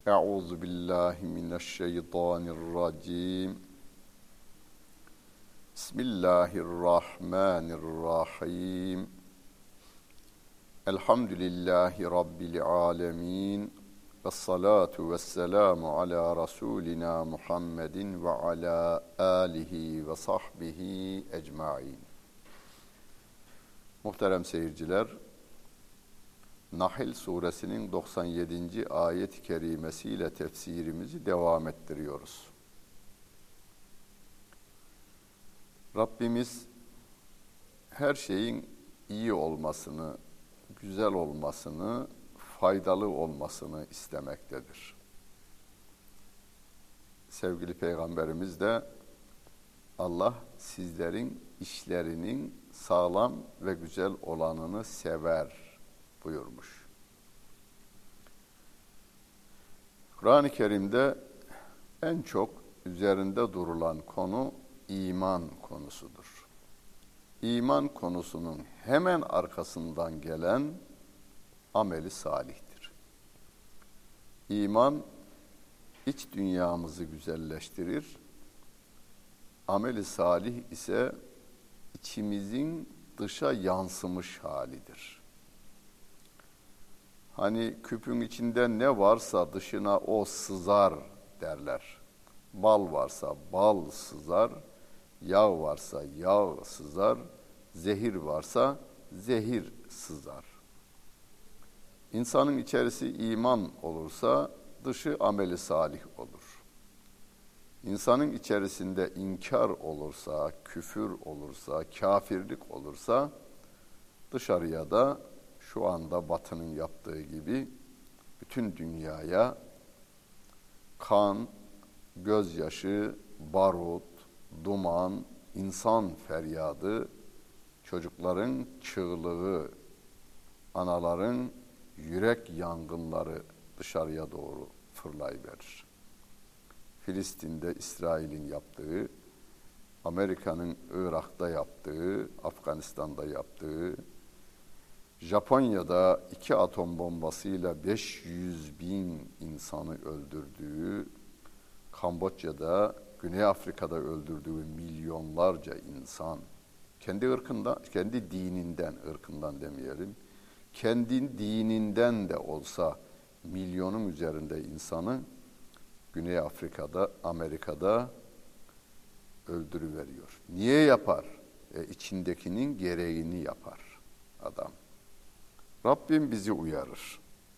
Euzu billahi mineşşeytanirracim. Bismillahirrahmanirrahim. Elhamdülillahi rabbil alamin. Vessalatu vesselamu ala rasulina Muhammedin ve ala alihi ve sahbihi ecmaîn. Muhterem seyirciler, Nahl suresinin 97. ayet-i kerimesiyle tefsirimizi devam ettiriyoruz. Rabbimiz her şeyin iyi olmasını, güzel olmasını, faydalı olmasını istemektedir. Sevgili Peygamberimiz de Allah sizlerin işlerinin sağlam ve güzel olanını sever buyurmuş. Kur'an-ı Kerim'de en çok üzerinde durulan konu iman konusudur. İman konusunun hemen arkasından gelen ameli salihtir. İman iç dünyamızı güzelleştirir. Ameli salih ise içimizin dışa yansımış halidir. Hani küpün içinde ne varsa dışına o sızar derler. Bal varsa bal sızar, yağ varsa yağ sızar, zehir varsa zehir sızar. İnsanın içerisi iman olursa dışı ameli salih olur. İnsanın içerisinde inkar olursa, küfür olursa, kafirlik olursa dışarıya da şu anda Batı'nın yaptığı gibi bütün dünyaya kan, gözyaşı, barut, duman, insan feryadı, çocukların çığlığı, anaların yürek yangınları dışarıya doğru fırlayıverir. Filistin'de İsrail'in yaptığı, Amerika'nın Irak'ta yaptığı, Afganistan'da yaptığı, Japonya'da 2 atom bombasıyla 500 bin insanı öldürdüğü, Kamboçya'da, Güney Afrika'da öldürdüğü milyonlarca insan, kendi ırkından demeyelim, kendi dininden de olsa milyonun üzerinde insanı Güney Afrika'da, Amerika'da öldürüveriyor. Niye yapar? İçindekinin gereğini yapar adam. Rabbim bizi uyarır.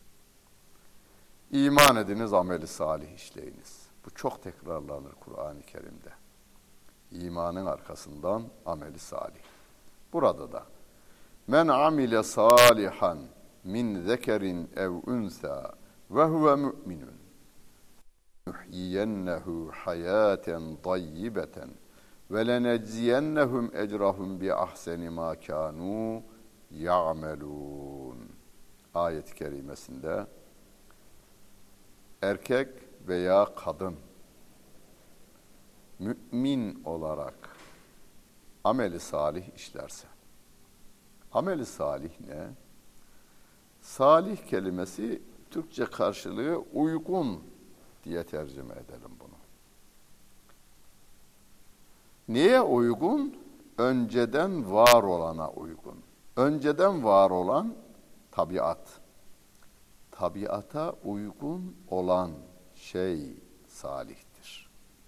İman ediniz, ameli salih işleyiniz. Bu çok tekrarlanır Kur'an-ı Kerim'de. İmanın arkasından ameli salih. Burada da men amile salihan min zekerin ev unsa ve huve mu'minun nuhyiyennehu hayaten tayyibeten ve lenecziyennehum ecrahum bi ahseni ma kanu ya'melun. Ayet-i kerimesinde erkek veya kadın mümin olarak ameli salih işlerse. Ameli salih ne? Salih kelimesi Türkçe karşılığı uygun diye tercüme edelim bunu. Neye uygun? Önceden var olana uygun. Önceden var olan tabiat. Tabiata uygun olan şey salihtir.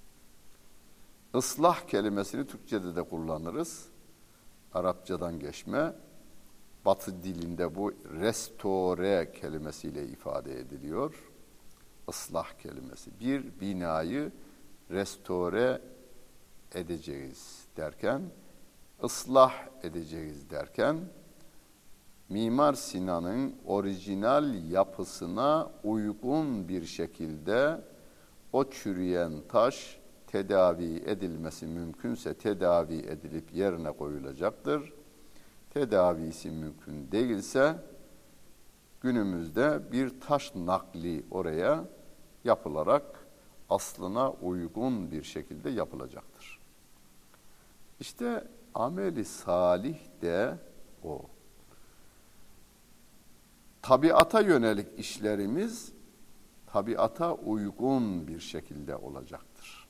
Islah kelimesini Türkçe'de de kullanırız. Arapçadan geçme. Batı dilinde bu restore kelimesiyle ifade ediliyor. Islah kelimesi. Bir binayı restore edeceğiz derken, ıslah edeceğiz derken, Mimar Sinan'ın orijinal yapısına uygun bir şekilde o çürüyen taş tedavi edilmesi mümkünse tedavi edilip yerine koyulacaktır. Tedavisi mümkün değilse günümüzde bir taş nakli oraya yapılarak aslına uygun bir şekilde yapılacaktır. İşte ameli salih de o. Tabiata yönelik işlerimiz tabiata uygun bir şekilde olacaktır.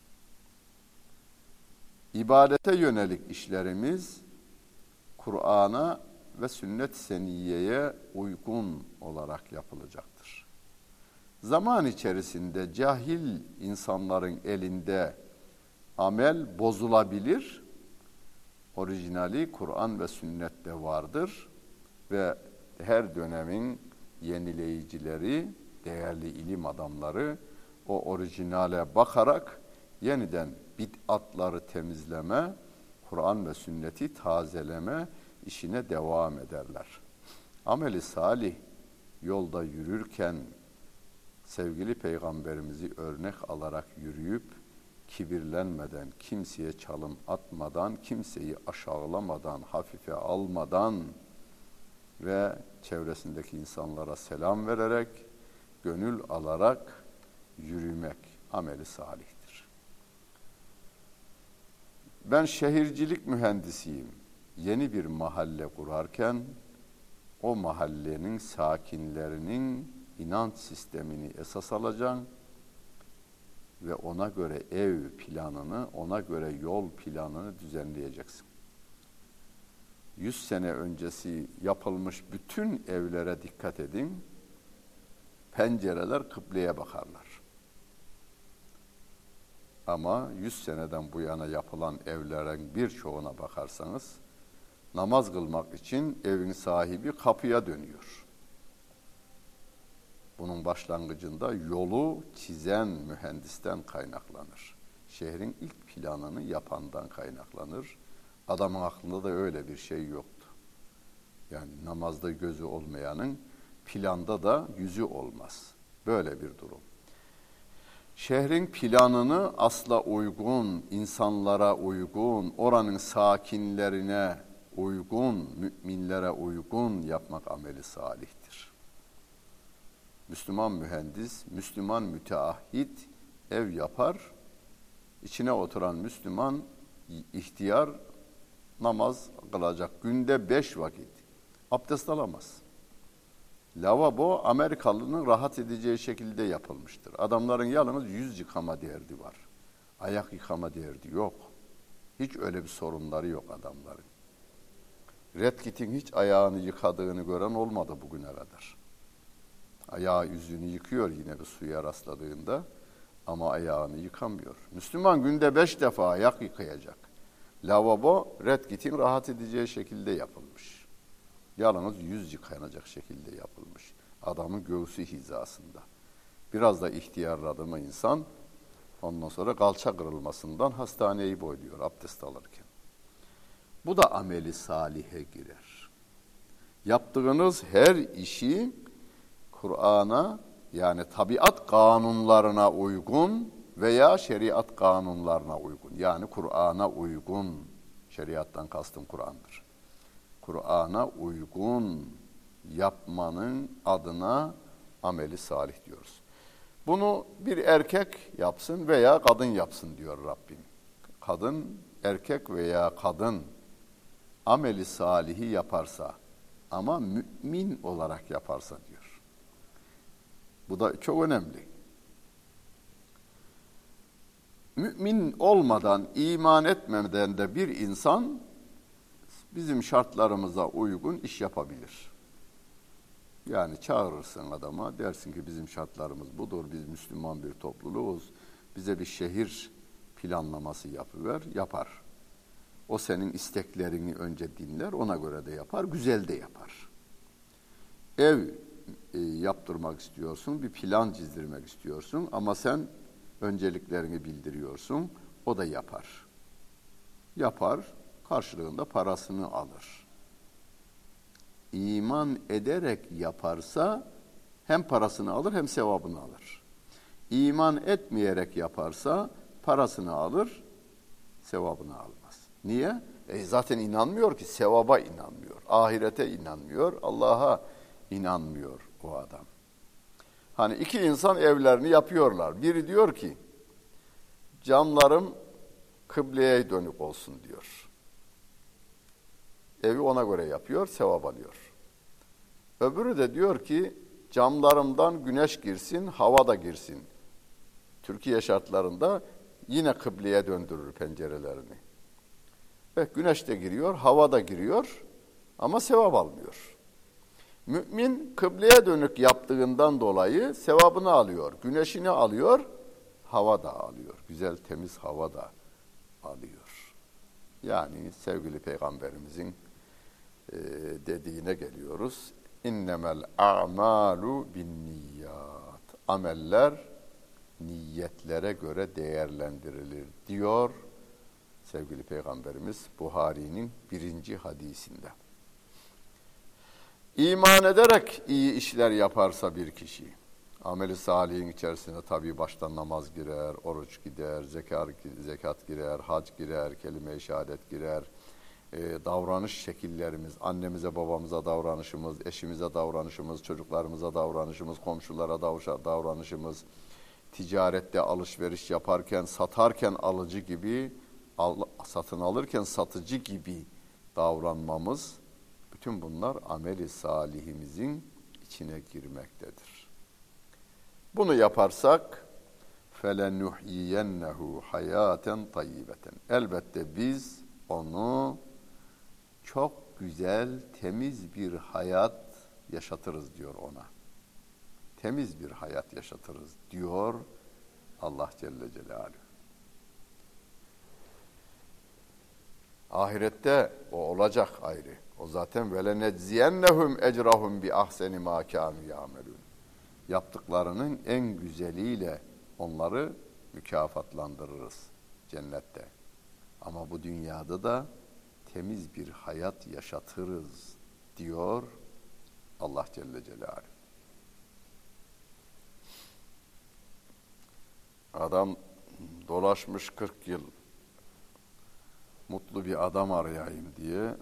İbadete yönelik işlerimiz Kur'an'a ve sünnet-i seniyyeye uygun olarak yapılacaktır. Zaman içerisinde cahil insanların elinde amel bozulabilir. Orijinali Kur'an ve sünnette vardır ve her dönemin yenileyicileri, değerli ilim adamları o orijinale bakarak yeniden bid'atları temizleme, Kur'an ve sünneti tazeleme işine devam ederler. Ameli salih yolda yürürken sevgili peygamberimizi örnek alarak yürüyüp kibirlenmeden, kimseye çalım atmadan, kimseyi aşağılamadan, hafife almadan ve çevresindeki insanlara selam vererek, gönül alarak yürümek ameli salihtir. Ben şehircilik mühendisiyim. Yeni bir mahalle kurarken o mahallenin sakinlerinin inanç sistemini esas alacağım ve ona göre ev planını, ona göre yol planını düzenleyeceksin. 100 sene öncesi yapılmış bütün evlere dikkat edin. Pencereler kıbleye bakarlar. Ama 100 seneden bu yana yapılan evlerin birçoğuna bakarsanız namaz kılmak için evin sahibi kapıya dönüyor. Bunun başlangıcında yolu çizen mühendisten kaynaklanır. Şehrin ilk planını yapandan kaynaklanır. Adamın aklında da öyle bir şey yoktu. Yani namazda gözü olmayanın planda da yüzü olmaz. Böyle bir durum. Şehrin planını asla uygun, insanlara uygun, oranın sakinlerine uygun, müminlere uygun yapmak ameli salihtir. Müslüman mühendis, Müslüman müteahhit ev yapar, içine oturan Müslüman ihtiyar namaz kılacak. Günde 5 vakit. Abdest alamaz. Lavabo Amerikalının rahat edeceği şekilde yapılmıştır. Adamların yalnız yüz yıkama derdi var. Ayak yıkama derdi yok. Hiç öyle bir sorunları yok adamların. Red Kit'in hiç ayağını yıkadığını gören olmadı bugüne kadar. Ayağı yüzünü yıkıyor yine bir suya rastladığında ama ayağını yıkamıyor. Müslüman günde 5 defa ayak yıkayacak. Lavabo Red Kit'in rahat edeceği şekilde yapılmış. Yalnız yüz yıkanacak şekilde yapılmış. Adamın göğsü hizasında. Biraz da ihtiyarladı mı insan, ondan sonra kalça kırılmasından hastaneyi boyluyor abdest alırken. Bu da ameli salihe girer. Yaptığınız her işi Kur'an'a yani tabiat kanunlarına uygun veya şeriat kanunlarına uygun. Yani Kur'an'a uygun, şeriattan kastım Kur'an'dır. Kur'an'a uygun yapmanın adına ameli salih diyoruz. Bunu bir erkek yapsın veya kadın yapsın diyor Rabbim. Kadın, erkek veya kadın ameli salihi yaparsa ama mümin olarak yaparsa diyor. Bu da çok önemli. Mümin olmadan, iman etmeden de bir insan bizim şartlarımıza uygun iş yapabilir. Yani çağırırsın adama, dersin ki bizim şartlarımız budur, biz Müslüman bir topluluğuz, bize bir şehir planlaması yapıver, yapar. O senin isteklerini önce dinler, ona göre de yapar, güzel de yapar. Ev yaptırmak istiyorsun, bir plan çizdirmek istiyorsun ama sen önceliklerini bildiriyorsun, o da yapar. Yapar, karşılığında parasını alır. İman ederek yaparsa hem parasını alır hem sevabını alır. İman etmeyerek yaparsa parasını alır, sevabını almaz. Niye? Zaten inanmıyor ki, sevaba inanmıyor, ahirete inanmıyor, Allah'a inanmıyor o adam. Hani iki insan evlerini yapıyorlar. Biri diyor ki, camlarım kıbleye dönük olsun diyor. Evi ona göre yapıyor, sevap alıyor. Öbürü de diyor ki, camlarımdan güneş girsin, hava da girsin. Türkiye şartlarında yine kıbleye döndürür pencerelerini. Güneş de giriyor, hava da giriyor ama sevap almıyor. Mümin kıbleye dönük yaptığından dolayı sevabını alıyor, güneşini alıyor, hava da alıyor. Güzel temiz hava da alıyor. Yani sevgili Peygamberimizin dediğine geliyoruz. İnnemel a'malu binniyat. Ameller niyetlere göre değerlendirilir diyor sevgili Peygamberimiz Buhari'nin 1. hadisinde. İman ederek iyi işler yaparsa bir kişi, ameli salihin içerisine tabii başta namaz girer, oruç girer, zekat girer, hac girer, kelime-i şehadet girer, davranış şekillerimiz, annemize babamıza davranışımız, eşimize davranışımız, çocuklarımıza davranışımız, komşulara davranışımız, ticarette alışveriş yaparken, satarken alıcı gibi, satın alırken satıcı gibi davranmamız, bütün bunlar ameli salihimizin içine girmektedir. Bunu yaparsak فَلَنُحْيِيَنَّهُ حَيَاتًا طَيِّبَةً. Elbette biz onu çok güzel, temiz bir hayat yaşatırız diyor ona. Temiz bir hayat yaşatırız diyor Allah Celle Celaluhu. Ahirette o olacak ayrı. O zaten وَلَنَجْزِيَنَّهُمْ اَجْرَهُمْ بِأَحْسَنِ مَا كَانُوا يَعْمَلُونَ. Yaptıklarının en güzeliyle onları mükafatlandırırız cennette. Ama bu dünyada da temiz bir hayat yaşatırız diyor Allah Celle Celaluhu. Adam dolaşmış 40 yıl mutlu bir adam arayayım diye.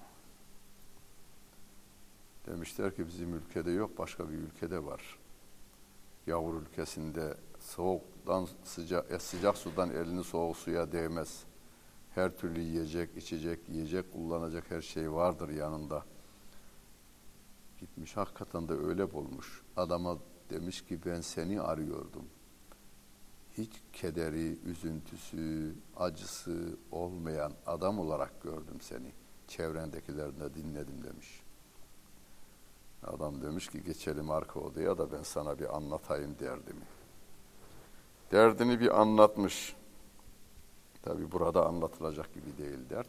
Demişler ki bizim ülkede yok, başka bir ülkede var. Yavur ülkesinde soğuktan sıcak sudan elini soğuk suya değmez. Her türlü yiyecek, içecek, yiyecek, kullanacak her şey vardır yanında. Gitmiş hakikaten de öyle bulmuş. Adama demiş ki ben seni arıyordum. Hiç kederi, üzüntüsü, acısı olmayan adam olarak gördüm seni. Çevrendekilerine dinledim demiş. Adam demiş ki geçelim arka odaya da ben sana bir anlatayım derdimi. Derdini bir anlatmış. Tabi burada anlatılacak gibi değil dert.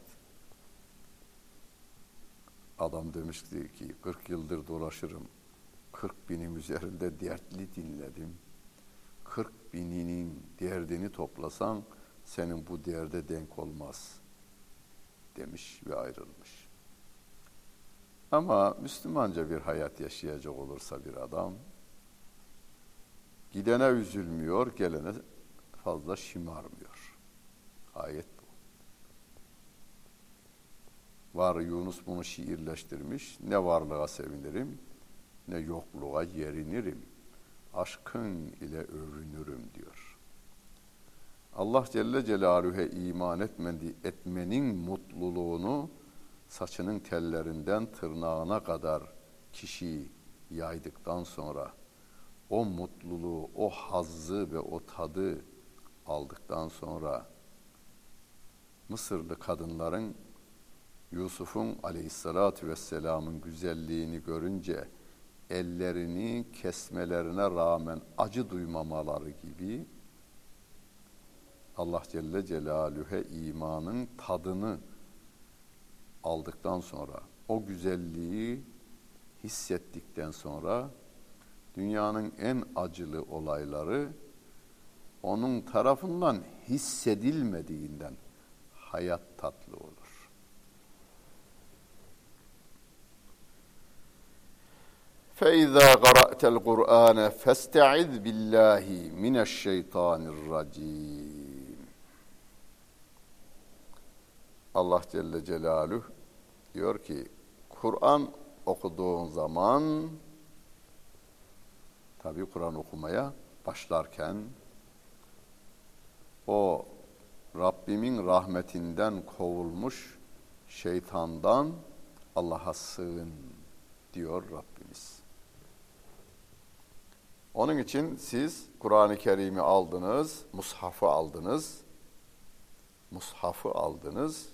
Adam demiş ki 40 yıldır dolaşırım. 40 binin üzerinde dertli dinledim. 40 bininin derdini toplasan senin bu derde denk olmaz demiş ve ayrılmış. Ama Müslümanca bir hayat yaşayacak olursa bir adam gidene üzülmüyor, gelene fazla şımarmıyor. Ayet bu. Var Yunus bunu şiirleştirmiş. Ne varlığa sevinirim, ne yokluğa yerinirim. Aşkın ile övünürüm diyor. Allah Celle Celaluhu'ya iman etmenin mutluluğunu saçının tellerinden tırnağına kadar kişi yaydıktan sonra o mutluluğu, o hazzı ve o tadı aldıktan sonra Mısırlı kadınların Yusuf'un aleyhissalatü vesselamın güzelliğini görünce ellerini kesmelerine rağmen acı duymamaları gibi Allah Celle Celaluhu'ya imanın tadını aldıktan sonra, o güzelliği hissettikten sonra dünyanın en acılı olayları onun tarafından hissedilmediğinden hayat tatlı olur. فَاِذَا قَرَأْتَ الْقُرْآنَ فَاسْتَعِذْ بِاللّٰهِ مِنَ الشَّيْطَانِ الرَّجِيمِ. Allah Celle Celaluhu diyor ki Kur'an okuduğun zaman tabi Kur'an okumaya başlarken o Rabbimin rahmetinden kovulmuş şeytandan Allah'a sığın diyor Rabbimiz. Onun için siz Kur'an-ı Kerim'i aldınız, mushafı aldınız. Mushafı aldınız.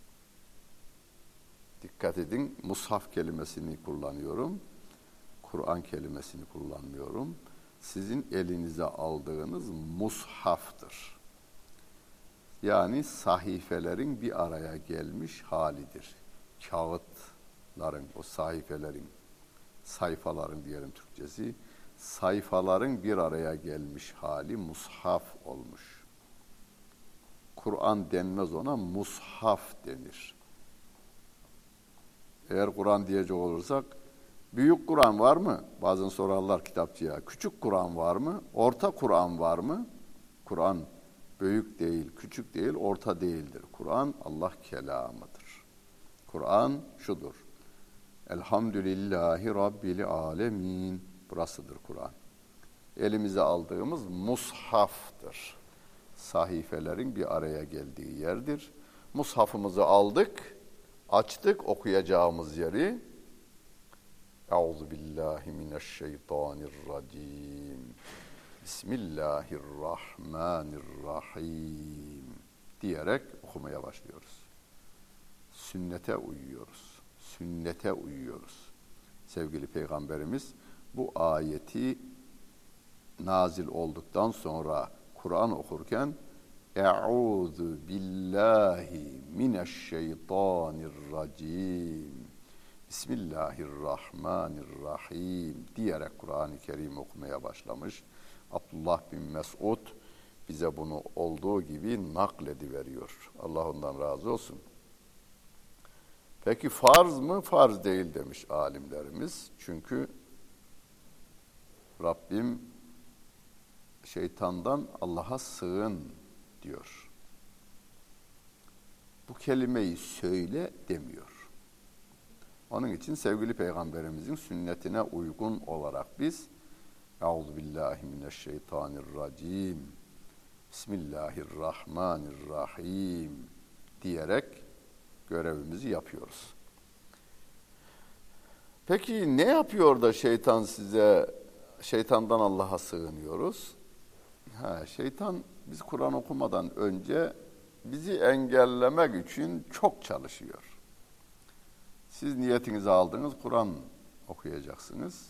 Dikkat edin, mushaf kelimesini kullanıyorum. Kur'an kelimesini kullanmıyorum. Sizin elinize aldığınız mushaftır. Yani sahifelerin bir araya gelmiş halidir. Kağıtların, o sahifelerin, sayfaların diyelim Türkçesi, sayfaların bir araya gelmiş hali mushaf olmuş. Kur'an denmez ona, mushaf denir. Eğer Kur'an diyecek olursak, büyük Kur'an var mı? Bazen sorarlar kitapçıya. Küçük Kur'an var mı? Orta Kur'an var mı? Kur'an büyük değil, küçük değil, orta değildir. Kur'an Allah kelamıdır. Kur'an şudur. Elhamdülillahi Rabbil alemin. Burasıdır Kur'an. Elimize aldığımız mushaftır. Sahifelerin bir araya geldiği yerdir. Mushafımızı aldık, açtık okuyacağımız yeri. Euzubillahimineşşeytanirracim. Bismillahirrahmanirrahim diyerek okumaya başlıyoruz. Sünnete uyuyoruz. Sünnete uyuyoruz. Sevgili Peygamberimiz bu ayeti nazil olduktan sonra Kur'an okurken Eûzu billahi mineşşeytanirracim. Bismillahirrahmanirrahim diyerek Kur'an-ı Kerim okumaya başlamış. Abdullah bin Mes'ud bize bunu olduğu gibi naklediveriyor. Allah ondan razı olsun. Peki farz mı? Farz değil demiş alimlerimiz. Çünkü Rabbim şeytandan Allah'a sığın diyor. Bu kelimeyi söyle demiyor. Onun için sevgili Peygamberimizin sünnetine uygun olarak biz Euzubillahimineşşeytanirracim Bismillahirrahmanirrahim diyerek görevimizi yapıyoruz. Peki ne yapıyor da şeytan size, şeytandan Allah'a sığınıyoruz? Şeytan biz Kur'an okumadan önce bizi engellemek için çok çalışıyor. Siz niyetinizi aldınız, Kur'an okuyacaksınız.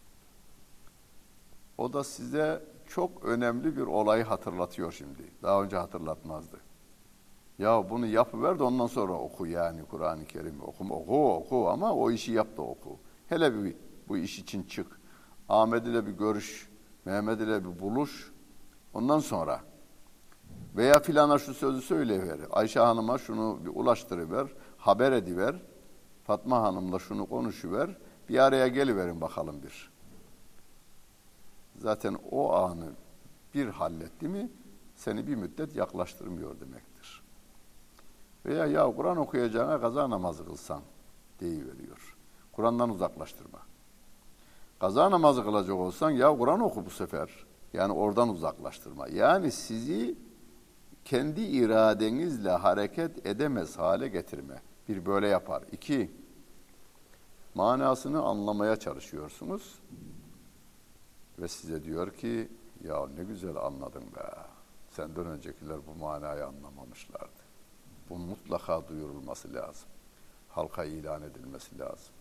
O da size çok önemli bir olayı hatırlatıyor şimdi. Daha önce hatırlatmazdı. Ya bunu yapıver de ondan sonra oku yani Kur'an-ı Kerim'i oku ama o işi yap da oku. Hele bir bu iş için çık. Ahmet ile bir görüş, Mehmet ile bir buluş. Ondan sonra veya filana şu sözü söyleyiver. Ayşe Hanım'a şunu bir ulaştırıver, haber ediver. Fatma Hanım'la şunu konuşuver. Bir araya geliverin bakalım bir. Zaten o anı bir halletti mi seni bir müddet yaklaştırmıyor demektir. Veya ya Kur'an okuyacağına kaza namazı kılsan deyiveriyor. Kur'an'dan uzaklaştırma. Kaza namazı kılacak olsan ya Kur'an oku bu sefer. Yani oradan uzaklaştırma. Yani sizi kendi iradenizle hareket edemez hale getirme. Bir böyle yapar. 2, manasını anlamaya çalışıyorsunuz. Ve size diyor ki ya ne güzel anladın be. Senden öncekiler bu manayı anlamamışlardı. Bu mutlaka duyurulması lazım. Halka ilan edilmesi lazım.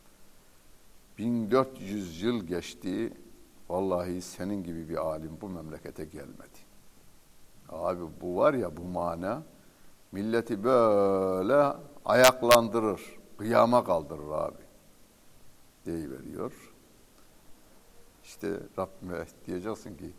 1400 yıl geçti. Vallahi senin gibi bir alim bu memlekete gelmedi. Abi bu var ya bu mana milleti böyle ayaklandırır. Kıyama kaldırır abi. Deyiveriyor. İşte Rabbime diyeceksin ki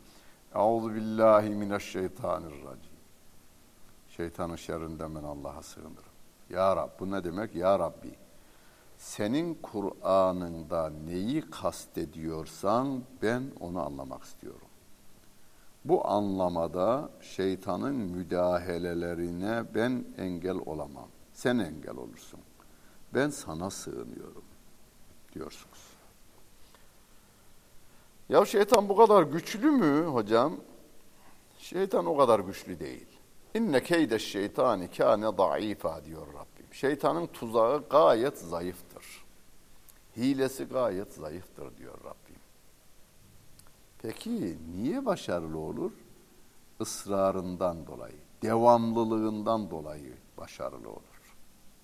Euzubillahimineşşeytanirracim. Şeytanın şerrinden ben Allah'a sığınırım. Ya Rab, bu ne demek? Ya Rabbi, senin Kur'an'ında neyi kastediyorsan ben onu anlamak istiyorum. Bu anlamada şeytanın müdahalelerine ben engel olamam. Sen engel olursun. Ben sana sığınıyorum diyorsunuz. Ya şeytan bu kadar güçlü mü hocam? Şeytan o kadar güçlü değil. İnne keydeş şeytani kâne daifa diyor Rabbim. Şeytanın tuzağı gayet zayıftır. Hilesi gayet zayıftır diyor Rabbim. Peki niye başarılı olur? Israrından dolayı, devamlılığından dolayı başarılı olur.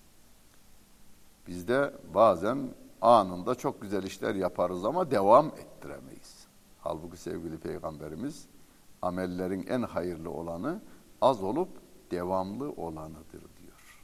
Biz de bazen anında çok güzel işler yaparız ama devam ettiremeyiz. Halbuki sevgili Peygamberimiz amellerin en hayırlı olanı az olup devamlı olanıdır diyor.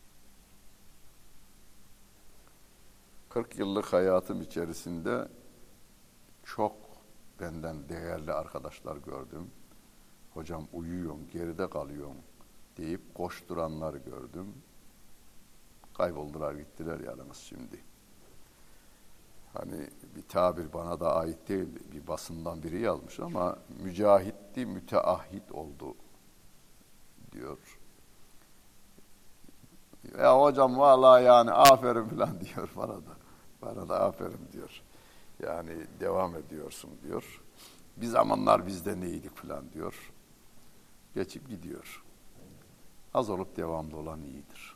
40 yıllık hayatım içerisinde çok benden değerli arkadaşlar gördüm. Hocam uyuyorsun, geride kalıyorsun deyip koşturanlar gördüm. Kayboldular gittiler yalnız şimdi. Hani bir tabir bana da ait değil, bir basından biri yazmış ama mücahitti müteahhit oldu diyor. Ya hocam vallahi yani aferin falan diyor bana da. Bana da aferin diyor. Yani devam ediyorsun diyor. Bir zamanlar biz de neydik falan diyor. Geçip gidiyor. Az olup devamlı olan iyidir.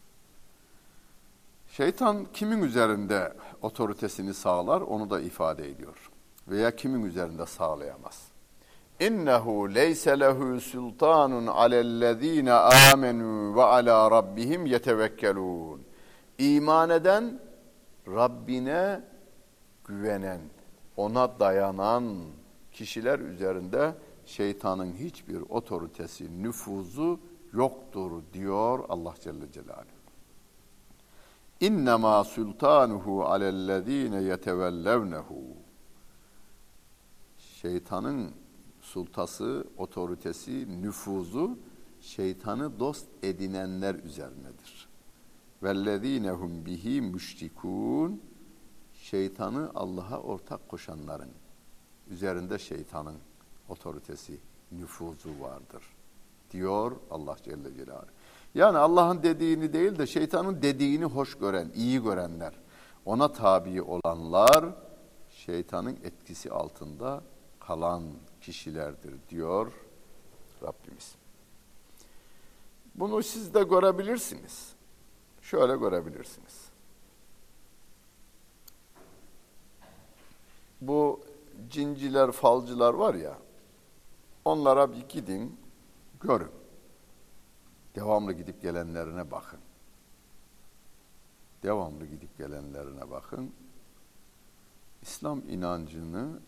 Şeytan kimin üzerinde otoritesini sağlar onu da ifade ediyor. Veya kimin üzerinde sağlayamaz. İnnehu leyse lehu sultanun alellezine amenu ve ala rabbihim yetevekkelun. İman eden, Rabbine güvenen, ona dayanan kişiler üzerinde şeytanın hiçbir otoritesi, nüfuzu yoktur diyor Allah Celle Celaluhu. İnnemâ sultanuhu alellezîne yetevellevnehu. Şeytanın sultası, otoritesi, nüfuzu şeytanı dost edinenler üzerinedir. Vellezînehum bihi müşrikûn. Şeytanı Allah'a ortak koşanların üzerinde şeytanın otoritesi, nüfuzu vardır diyor Allah Celle Celaluhu. Yani Allah'ın dediğini değil de şeytanın dediğini hoş gören, iyi görenler, ona tabi olanlar şeytanın etkisi altında kalan kişilerdir diyor Rabbimiz. Bunu siz de görebilirsiniz. Şöyle görebilirsiniz. Bu cinciler, falcılar var ya, onlara bir gidin, görün. Devamlı gidip gelenlerine bakın. Devamlı gidip gelenlerine bakın. İslam inancını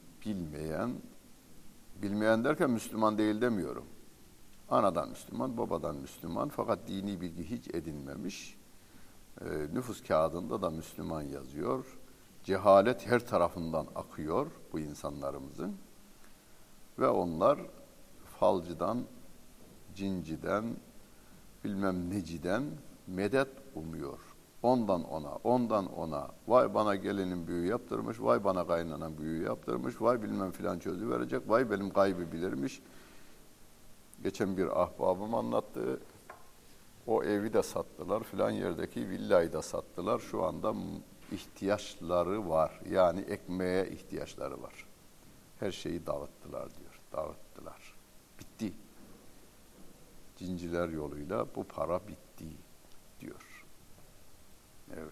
bilmeyen derken Müslüman değil demiyorum. Anadan Müslüman, babadan Müslüman fakat dini bilgi hiç edinmemiş. Nüfus kağıdında da Müslüman yazıyor. Cehalet her tarafından akıyor bu insanlarımızın. Ve onlar falcıdan, cinciden, bilmem neciden medet umuyor. Ondan ona, ondan ona. Vay bana gelinin büyü yaptırmış, vay bana kaynanan büyü yaptırmış, vay bilmem filan çözü verecek, vay benim gaybı bilirmiş. Geçen bir ahbabım anlattı. O evi de sattılar, filan yerdeki villayı da sattılar. Şu anda ihtiyaçları var. Yani ekmeğe ihtiyaçları var. Her şeyi dağıttılar diyor. Dağıttılar. Bitti. Cinciler yoluyla bu para bitti diyor. Evet.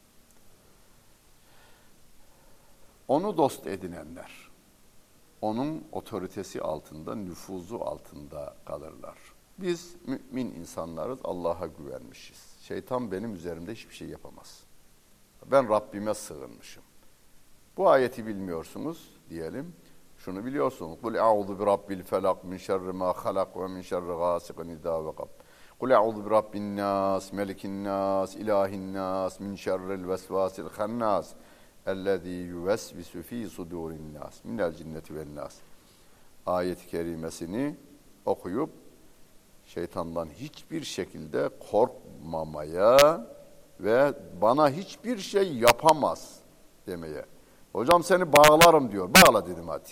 Onu dost edinenler, onun otoritesi altında, nüfuzu altında kalırlar. Biz mümin insanlarız, Allah'a güvenmişiz. Şeytan benim üzerimde hiçbir şey yapamaz. Ben Rabbime sığınmışım. Bu ayeti bilmiyorsunuz diyelim. Şunu biliyorsunuz. Kul a'udhu bi rabbil felak min şerri ma halak ve min şerri gasikin idâ vekab. Kul a'udhu bi rabbin nas, melikin nas, ilahin nas, min şerril vesvasil hannas, ellezî yuvesvisu fî sudûrin nas, minel cinneti ven nas. Ayet-i kerimesini okuyup şeytandan hiçbir şekilde korkmamaya ve bana hiçbir şey yapamaz demeye. Hocam seni bağlarım diyor. Bağla dedim hadi.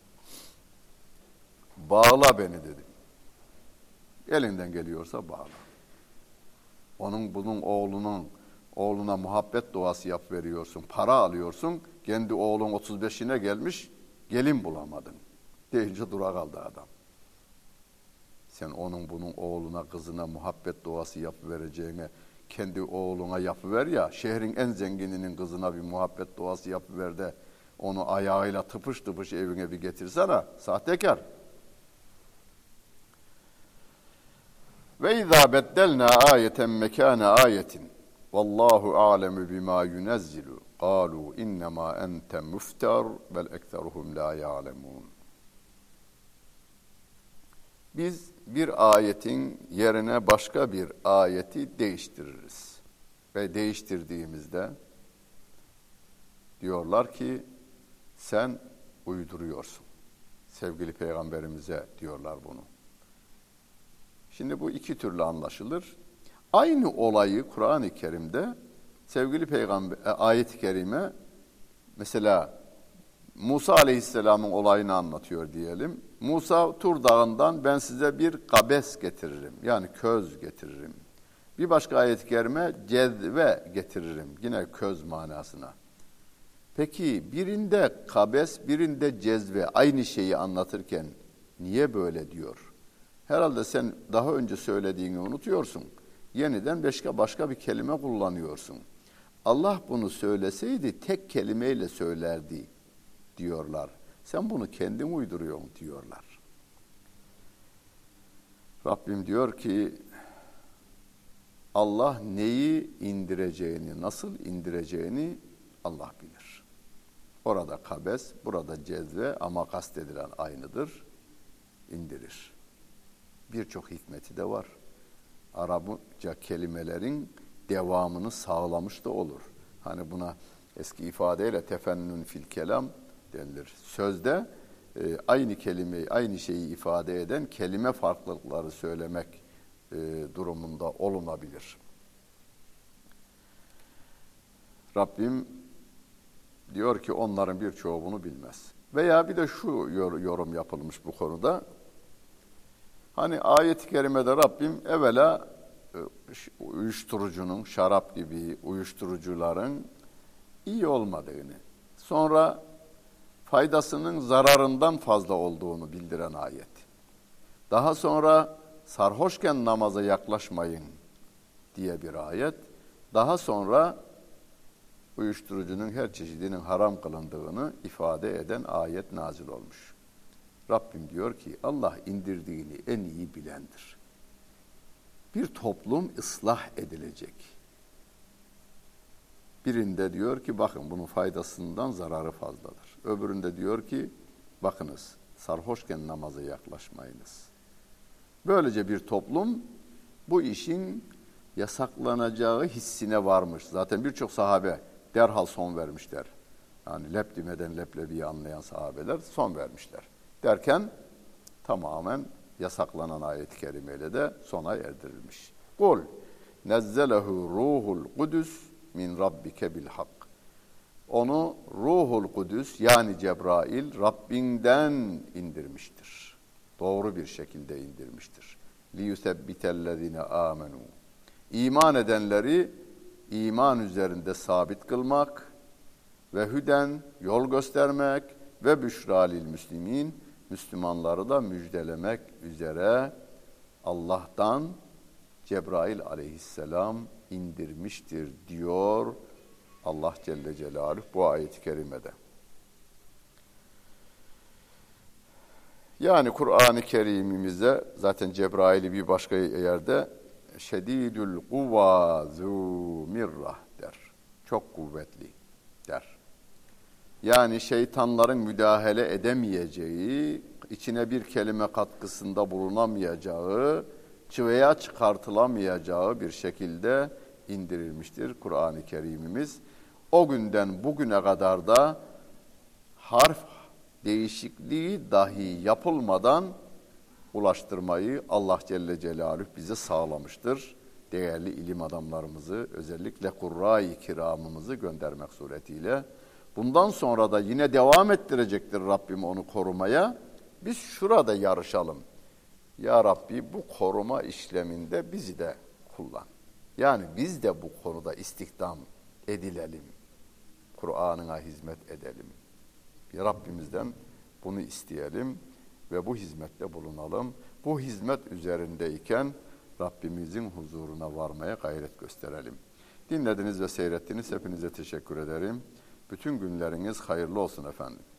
Bağla beni dedim. Elinden geliyorsa bağla. Bunun oğluna muhabbet duası yap veriyorsun. Para alıyorsun. Kendi oğlun 35'ine gelmiş. Gelin bulamadın. Deyince dura kaldı adam. Sen bunun oğluna, kızına muhabbet duası yap vereceğine kendi oğluna yapıver ya, şehrin en zengininin kızına bir muhabbet duası yapıver de Onu ayağıyla tıpış tıpış evine bir getirsene. Sahtekar. Ve izâ beddelnâ âyeten mekâne âyetin. Vallahu a'lemu bima yunezzilu. Qalu innema ente muftar bel ekseruhum la ya'lemun. Biz bir ayetin yerine başka bir ayeti değiştiririz. Ve değiştirdiğimizde diyorlar ki sen uyduruyorsun. Sevgili Peygamberimize diyorlar bunu. Şimdi bu iki türlü anlaşılır. Aynı olayı Kur'an-ı Kerim'de sevgili Peygamber ayet-i kerime mesela Musa Aleyhisselam'ın olayını anlatıyor diyelim. Musa Tur Dağı'ndan ben size bir kabes getiririm. Yani köz getiririm. Bir başka ayet-i kerime cezve getiririm. Yine köz manasına. Peki birinde kabes, birinde cezve aynı şeyi anlatırken niye böyle diyor? Herhalde sen daha önce söylediğini unutuyorsun. Yeniden başka bir kelime kullanıyorsun. Allah bunu söyleseydi tek kelimeyle söylerdi diyorlar. Sen bunu kendin uyduruyorsun diyorlar. Rabbim diyor ki Allah neyi indireceğini, nasıl indireceğini Allah bilir. Orada kabes, burada cezve ama kastedilen aynıdır. İndirir. Birçok hikmeti de var. Arapça kelimelerin devamını sağlamış da olur. Hani buna eski ifadeyle tefennün fil kelam denilir. Sözde aynı kelimeyi, aynı şeyi ifade eden kelime farklılıkları söylemek durumunda olunabilir. Rabbim diyor ki onların birçoğu bunu bilmez. Veya bir de şu yorum yapılmış bu konuda. Hani ayet-i kerimede Rabbim evvela uyuşturucunun, şarap gibi uyuşturucuların iyi olmadığını, sonra faydasının zararından fazla olduğunu bildiren ayet. Daha sonra sarhoşken namaza yaklaşmayın diye bir ayet. Daha sonra uyuşturucunun her çeşidinin haram kılındığını ifade eden ayet nazil olmuş. Rabbim diyor ki Allah indirdiğini en iyi bilendir. Bir toplum ıslah edilecek. Birinde diyor ki bakın bunun faydasından zararı fazladır. Öbüründe diyor ki bakınız sarhoşken namaza yaklaşmayınız. Böylece bir toplum bu işin yasaklanacağı hissine varmış. Zaten birçok sahabe derhal son vermişler. Yani lep demeden leblebiyi anlayan sahabeler son vermişler. Derken tamamen yasaklanan ayet-i kerimeyle de sona erdirilmiş. Kul nezzelehu ruhul kudüs min rabbike bil hak. Onu Ruhul Kudüs yani Cebrail Rabbinden indirmiştir. Doğru bir şekilde indirmiştir. Liyusebbitellezine amenu. İman edenleri iman üzerinde sabit kılmak ve hüden yol göstermek ve büşralil müslimin Müslümanları da müjdelemek üzere Allah'tan Cebrail aleyhisselam indirmiştir diyor Allah Celle Celaluhu bu ayet-i kerimede. Yani Kur'an-ı Kerim'imize zaten Cebrail'i bir başka yerde şedidül kuvva zû mirrah der. Çok kuvvetli der. Yani şeytanların müdahale edemeyeceği, içine bir kelime katkısında bulunamayacağı, çıvaya çıkartılamayacağı bir şekilde indirilmiştir Kur'an-ı Kerim'imiz. O günden bugüne kadar da harf değişikliği dahi yapılmadan ulaştırmayı Allah Celle Celaluhu bize sağlamıştır. Değerli ilim adamlarımızı, özellikle Kurra-i Kiramımızı göndermek suretiyle. Bundan sonra da yine devam ettirecektir Rabbim onu korumaya. Biz şurada yarışalım. Ya Rabbi bu koruma işleminde bizi de kullan. Yani biz de bu konuda istihdam edilelim. Kur'an'ına hizmet edelim. Ya Rabbimizden bunu isteyelim ve bu hizmette bulunalım. Bu hizmet üzerindeyken Rabbimizin huzuruna varmaya gayret gösterelim. Dinlediniz ve seyrettiniz. Hepinize teşekkür ederim. Bütün günleriniz hayırlı olsun efendim.